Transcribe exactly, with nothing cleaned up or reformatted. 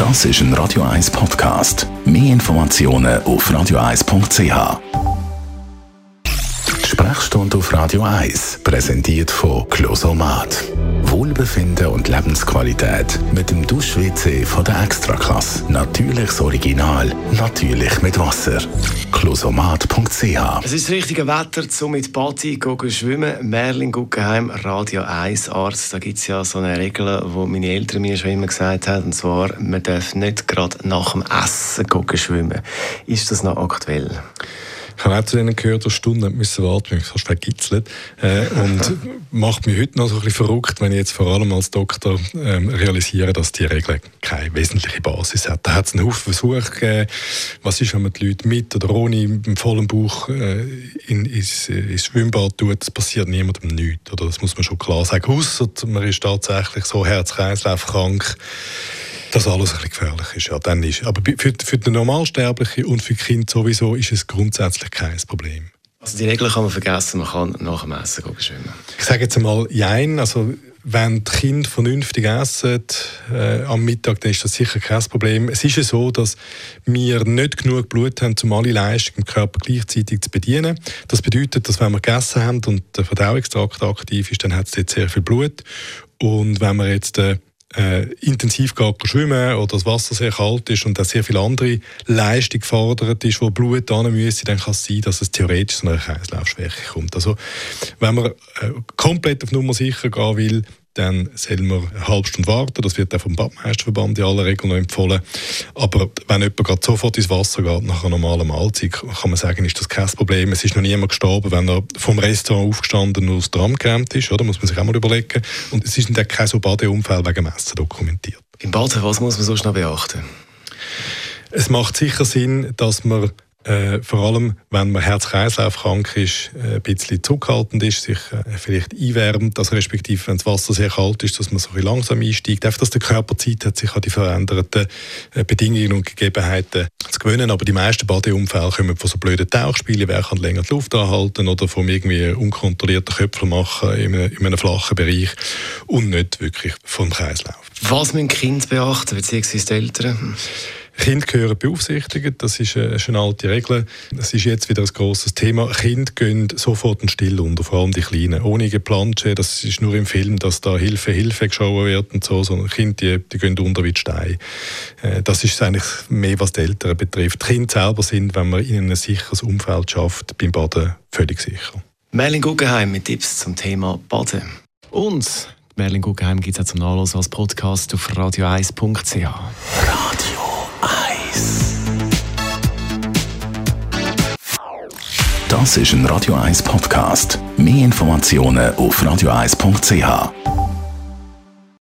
Das ist ein Radio eins Podcast. Mehr Informationen auf radio eins punkt c h. Sprechstunde auf Radio eins, präsentiert von Closomat. Wohlbefinden und Lebensqualität mit dem Dusch-W C von der Extraklasse. Natürliches Original, natürlich mit Wasser. Closomat punkt c h. Es ist das richtige Wetter, um mit Patti zu schwimmen. Merlin Guggenheim, Radio eins Arzt. Da gibt es ja so eine Regel, die meine Eltern mir schon immer gesagt haben. Und zwar, man darf nicht gerade nach dem Essen schwimmen. Ist das noch aktuell? Ich habe auch zu denen gehört, dass Stunden müssen warten, ich fast vergitzelt. Äh, und macht mich heute noch so ein bisschen verrückt, wenn ich jetzt vor allem als Doktor ähm, realisiere, dass die Regel keine wesentliche Basis hat. Da hat es einen Haufen Versuche gegeben. Was ist, wenn man die Leute mit oder ohne im vollen Bauch äh, in, ins, ins Schwimmbad tut? Das passiert niemandem nichts. Oder? Das muss man schon klar sagen. Ausser man ist tatsächlich so Herz-Kreislauf-krank, dass alles ein bisschen gefährlich ist. Ja, dann ist. Aber für, für den Normalsterblichen und für die Kinder sowieso ist es grundsätzlich kein Problem. Also die Regel kann man vergessen, man kann nach dem Essen schwimmen. Ich sage jetzt einmal Jein. Also wenn die Kinder vernünftig essen äh, am Mittag, dann ist das sicher kein Problem. Es ist ja so, dass wir nicht genug Blut haben, um alle Leistungen im Körper gleichzeitig zu bedienen. Das bedeutet, dass wenn wir gegessen haben und der Verdauungstrakt aktiv ist, dann hat es dort sehr viel Blut. Und wenn wir jetzt äh, Äh, intensiv geht schwimmen oder das Wasser sehr kalt ist und auch sehr viel andere Leistung gefordert ist, wo Blut hin müsse, dann kann es sein, dass es theoretisch zu einer Kreislaufschwäche kommt. Also wenn man äh, komplett auf Nummer sicher gehen will, dann soll man eine halbe Stunde warten. Das wird auch vom Badmeisterverband in aller Regel noch empfohlen. Aber wenn jemand gerade sofort ins Wasser geht, nach einer normalen Mahlzeit, kann man sagen, ist das kein Problem. Es ist noch niemand gestorben, wenn er vom Restaurant aufgestanden und aus der Tram gerannt ist. Oder? Muss man sich auch mal überlegen. Und es ist dann kein so Badeunfall wegen dem Essen dokumentiert. Im Baden, was muss man sonst noch beachten? Es macht sicher Sinn, dass man Äh, vor allem, wenn man Herz-Kreislauf-krank ist, äh, ein bisschen zurückhaltend ist, sich äh, vielleicht einwärmt, also respektive, wenn das Wasser sehr kalt ist, dass man so ein bisschen langsam einsteigt. Einfach, dass der Körper Zeit hat, sich an die veränderten äh, Bedingungen und Gegebenheiten zu gewöhnen. Aber die meisten Badeunfälle kommen von so blöden Tauchspielen, wer kann länger die Luft anhalten oder vom irgendwie unkontrollierten Köpfel machen in einem, in einem flachen Bereich und nicht wirklich vom Kreislauf. Was müssen Kinder beachten, beziehungsweise die Eltern? Kinder gehören beaufsichtigt, das ist eine, eine alte Regel. Das ist jetzt wieder ein grosses Thema. Kinder gehen sofort in Still unter, vor allem die Kleinen. Ohne Geplansche, das ist nur im Film, dass da Hilfe, Hilfe geschaut wird und so, sondern Kinder, die, die gehen unter wie die Steine. Das ist eigentlich mehr, was die Eltern betrifft. Die Kinder selber sind, wenn man ihnen ein sicheres Umfeld schafft, beim Baden völlig sicher. Merlin Guggenheim mit Tipps zum Thema Baden. Und Merlin Guggenheim gibt es auch zum Nachlesen als Podcast auf radio eins punkt c h. Radio eins. Das ist ein Radio eins Podcast. Mehr Informationen auf radio eins punkt c h.